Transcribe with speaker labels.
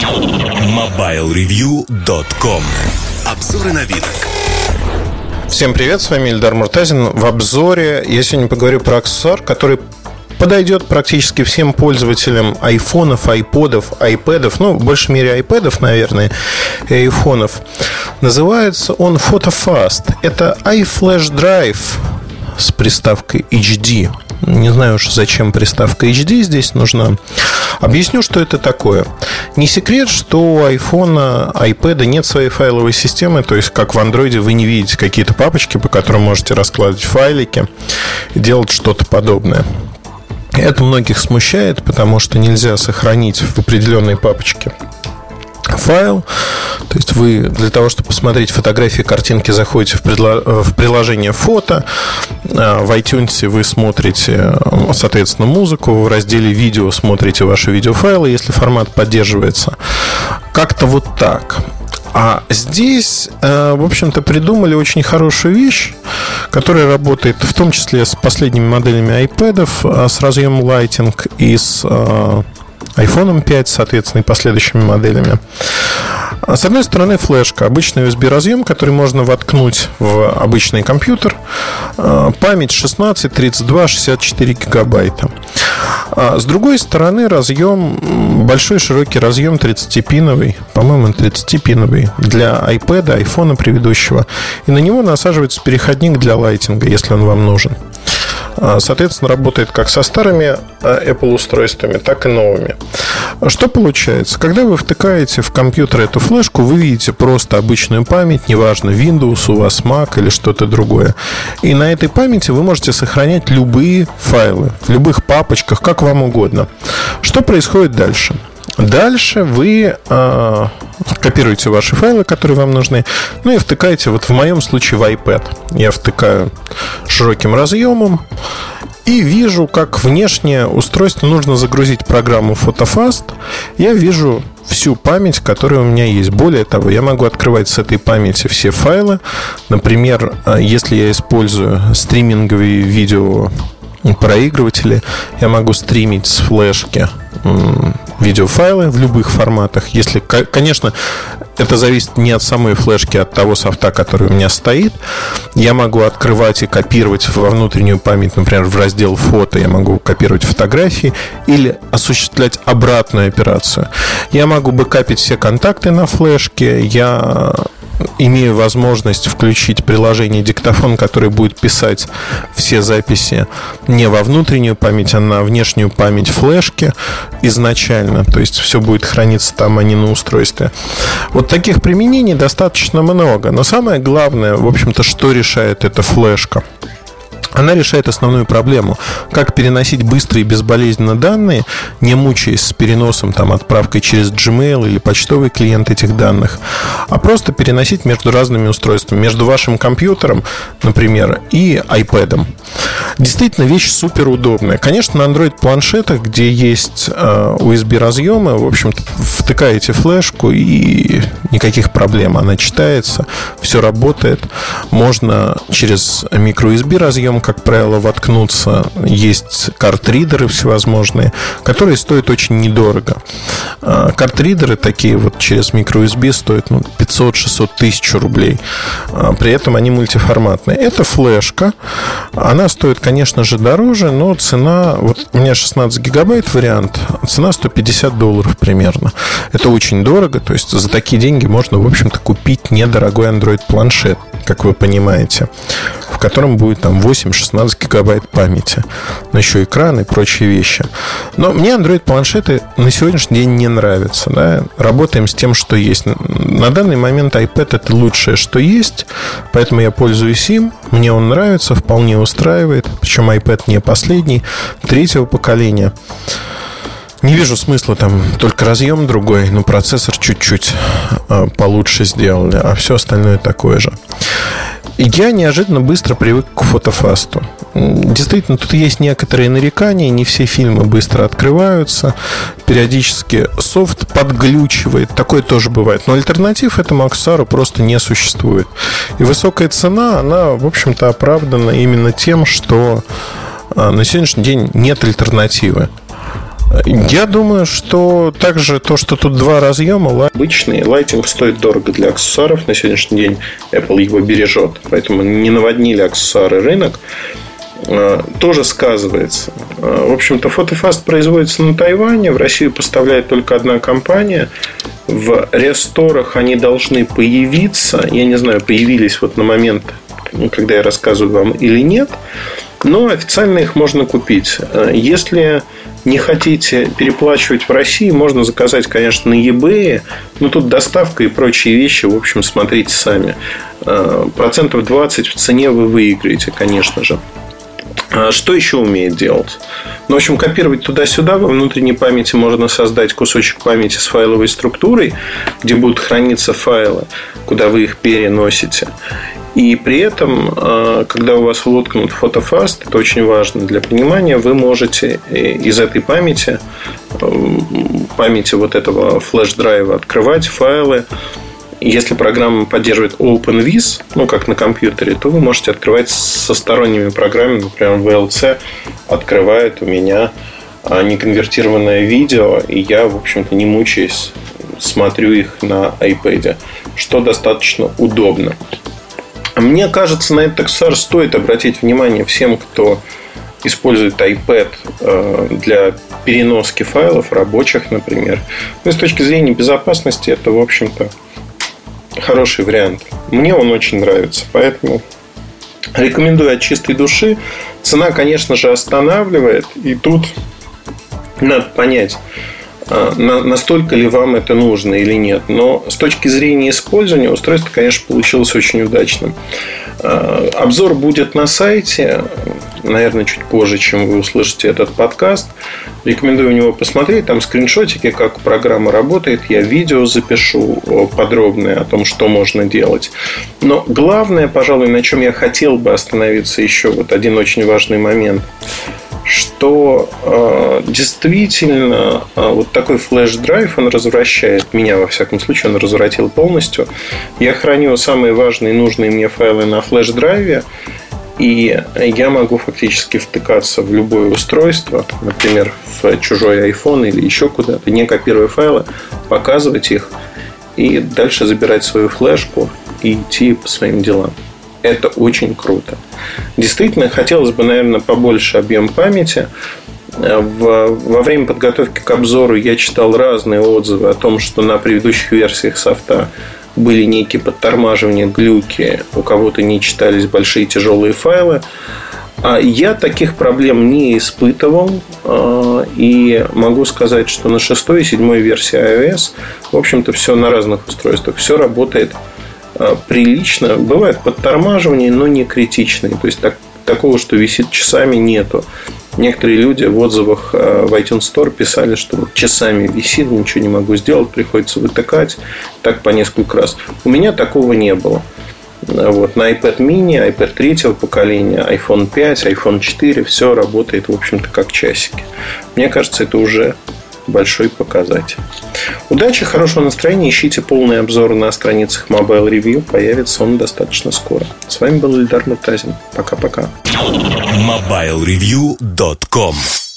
Speaker 1: MobileReview.com. Обзоры новинок.
Speaker 2: Всем привет, с вами Ильдар Муртазин. В обзоре я сегодня поговорю про аксессуар, который подойдет практически всем пользователям айфонов, айподов, айпэдов. Ну, в большей мере айпэдов, наверное, и айфонов. Называется он PhotoFast. Это iFlash Drive с приставкой HD. Не знаю уж, зачем приставка HD здесь нужна. Объясню, что это такое. Не секрет, что у айфона, айпэда нет своей файловой системы. То есть, как в андроиде, вы не видите какие-то папочки, по которым можете раскладывать файлики и делать что-то подобное. Это многих смущает, потому что нельзя сохранить в определенной папочке файл. То есть вы для того, чтобы посмотреть фотографии, картинки, заходите в приложение фото. В iTunes вы смотрите, соответственно, музыку. В разделе видео смотрите ваши видеофайлы, если формат поддерживается. Как-то вот так. А здесь, в общем-то, придумали очень хорошую вещь, которая работает в том числе с последними моделями iPad'ов, с разъемом Lightning и с iPhone 5, соответственно, и последующими моделями. С одной стороны, флешка, обычный USB-разъем, который можно воткнуть в обычный компьютер. Память 16, 32, 64 гигабайта. С другой стороны, разъем, большой широкий разъем 30-пиновый, по-моему, 30-пиновый для iPad, iPhone предыдущего. И на него насаживается переходник для лайтинга, если он вам нужен. Соответственно, работает как со старыми Apple устройствами, так и новыми. Что получается? Когда вы втыкаете в компьютер эту флешку, вы видите просто обычную память, неважно, Windows, у вас Mac или что-то другое. И на этой памяти вы можете сохранять любые файлы, в любых папочках, как вам угодно. Что происходит дальше? Дальше вы копируете ваши файлы, которые вам нужны, ну и втыкаете, вот в моем случае, в iPad. Я втыкаю широким разъемом и вижу, как внешнее устройство нужно загрузить программу PhotoFast. Я вижу всю память, которая у меня есть. Более того, я могу открывать с этой памяти все файлы. Например, если я использую стриминговые видеопроигрыватели, я могу стримить с флешки видеофайлы в любых форматах. Если, конечно, это зависит не от самой флешки, а от того софта, который у меня стоит. Я могу открывать и копировать во внутреннюю память, например, в раздел фото. Я могу копировать фотографии или осуществлять обратную операцию. Я могу бэкапить все контакты на флешке. Я имею возможность включить приложение диктофон, которое будет писать все записи не во внутреннюю память, а на внешнюю память флешки изначально. То есть все будет храниться там, а не на устройстве. Вот таких применений достаточно много. Но самое главное, в общем-то, что решает эта флешка? Она решает основную проблему: как переносить быстро и безболезненно данные, не мучаясь с переносом, отправкой через Gmail или почтовый клиент этих данных, а просто переносить между разными устройствами, между вашим компьютером, например, и iPad'ом. Действительно, вещь супер удобная. Конечно, на Android-планшетах, где есть USB-разъемы, в общем-то, втыкаете флешку, и никаких проблем. Она читается, все работает. Можно через microUSB-разъем, как правило, воткнуться. Есть картридеры всевозможные, которые стоят очень недорого. Картридеры такие вот через microUSB стоят 500-600 тысяч рублей. При этом они мультиформатные. Это флешка. Она стоит, конечно же, дороже, но цена... Вот у меня 16 гигабайт вариант, цена $150 примерно. Это очень дорого. То есть за такие деньги можно, в общем-то, купить недорогой Android-планшет, как вы понимаете, в котором будет 8-16 гигабайт памяти, но еще экран и прочие вещи. Но мне Android-планшеты на сегодняшний день не нравятся, да? Работаем с тем, что есть. На данный момент iPad — это лучшее, что есть, поэтому я пользуюсь им. Мне он нравится, вполне устраивает. Причем iPad не последний, 3-го поколения. Не вижу смысла, только разъем другой, но процессор чуть-чуть получше сделали, а все остальное такое же. Я неожиданно быстро привык к PhotoFast'у. Действительно, тут есть некоторые нарекания. Не все фильмы быстро открываются. Периодически софт подглючивает. Такое тоже бывает. Но альтернатив этому аксессуару просто не существует. И высокая цена, она, в общем-то, оправдана именно тем, что на сегодняшний день нет альтернативы. Я думаю, что также то, что тут два разъема обычный, Lightning стоит дорого для аксессуаров. На сегодняшний день Apple его бережет, поэтому не наводнили аксессуары рынок. Тоже сказывается. В общем-то, PhotoFast производится на Тайване. В Россию поставляет только одна компания. В ресторах они должны появиться. Я не знаю, появились вот на момент, когда я рассказываю вам, или нет. Но официально их можно купить. Если не хотите переплачивать в России, можно заказать, конечно, на eBay. Но тут доставка и прочие вещи, в общем, смотрите сами. 20% в цене вы выиграете, конечно же. Что еще умеет делать? Ну, в общем, копировать туда-сюда. Во внутренней памяти можно создать кусочек памяти с файловой структурой, где будут храниться файлы, куда вы их переносите. И при этом, когда у вас воткнут PhotoFast, это очень важно для понимания, вы можете из этой памяти вот этого флеш-драйва открывать файлы. Если программа поддерживает OpenVIS, ну, как на компьютере, то вы можете открывать со сторонними программами. Например, VLC открывает у меня неконвертированное видео, и я, в общем-то, не мучаясь, смотрю их на iPad, что достаточно удобно. Мне кажется, на этот аксессуар стоит обратить внимание всем, кто использует iPad для переноски файлов рабочих, например. Ну, и с точки зрения безопасности, это, в общем-то, хороший вариант. Мне он очень нравится, поэтому рекомендую от чистой души. Цена, конечно же, останавливает. И тут надо понять, настолько ли вам это нужно или нет. Но с точки зрения использования устройство, конечно, получилось очень удачным. Обзор будет на сайте, наверное, чуть позже, чем вы услышите этот подкаст. Рекомендую в него посмотреть. Там скриншотики, как программа работает. Я видео запишу подробное о том, что можно делать. Но главное, пожалуй, на чем я хотел бы остановиться еще, вот один очень важный момент, что действительно вот такой флеш-драйв, он развращает меня, во всяком случае, он развратил полностью. Я храню самые важные и нужные мне файлы на флеш-драйве, и я могу фактически втыкаться в любое устройство, например, в чужой iPhone или еще куда-то, не копируя файлы, показывать их и дальше забирать свою флешку и идти по своим делам. Это очень круто. Действительно, хотелось бы, наверное, побольше объем памяти. Во время подготовки к обзору я читал разные отзывы о том, что на предыдущих версиях софта были некие подтормаживания, глюки, у кого-то не читались большие тяжелые файлы. Я таких проблем не испытывал. И могу сказать, что на 6-й и 7-й версии iOS, в общем-то, все на разных устройствах, все работает прилично. Бывают подтормаживания, но не критичные. То есть такого, что висит часами, нету. Некоторые люди в отзывах в iTunes Store писали, что вот часами висит, ничего не могу сделать, приходится вытыкать. Так по несколько раз. У меня такого не было. Вот, на iPad mini, iPad 3-го поколения, iPhone 5, iPhone 4 все работает, в общем-то, как часики. Мне кажется, это уже большой показатель. Удачи, хорошего настроения. Ищите полный обзор на страницах Mobile Review. Появится он достаточно скоро. С вами был Эльдар Муртазин. Пока-пока.
Speaker 1: MobileReview.com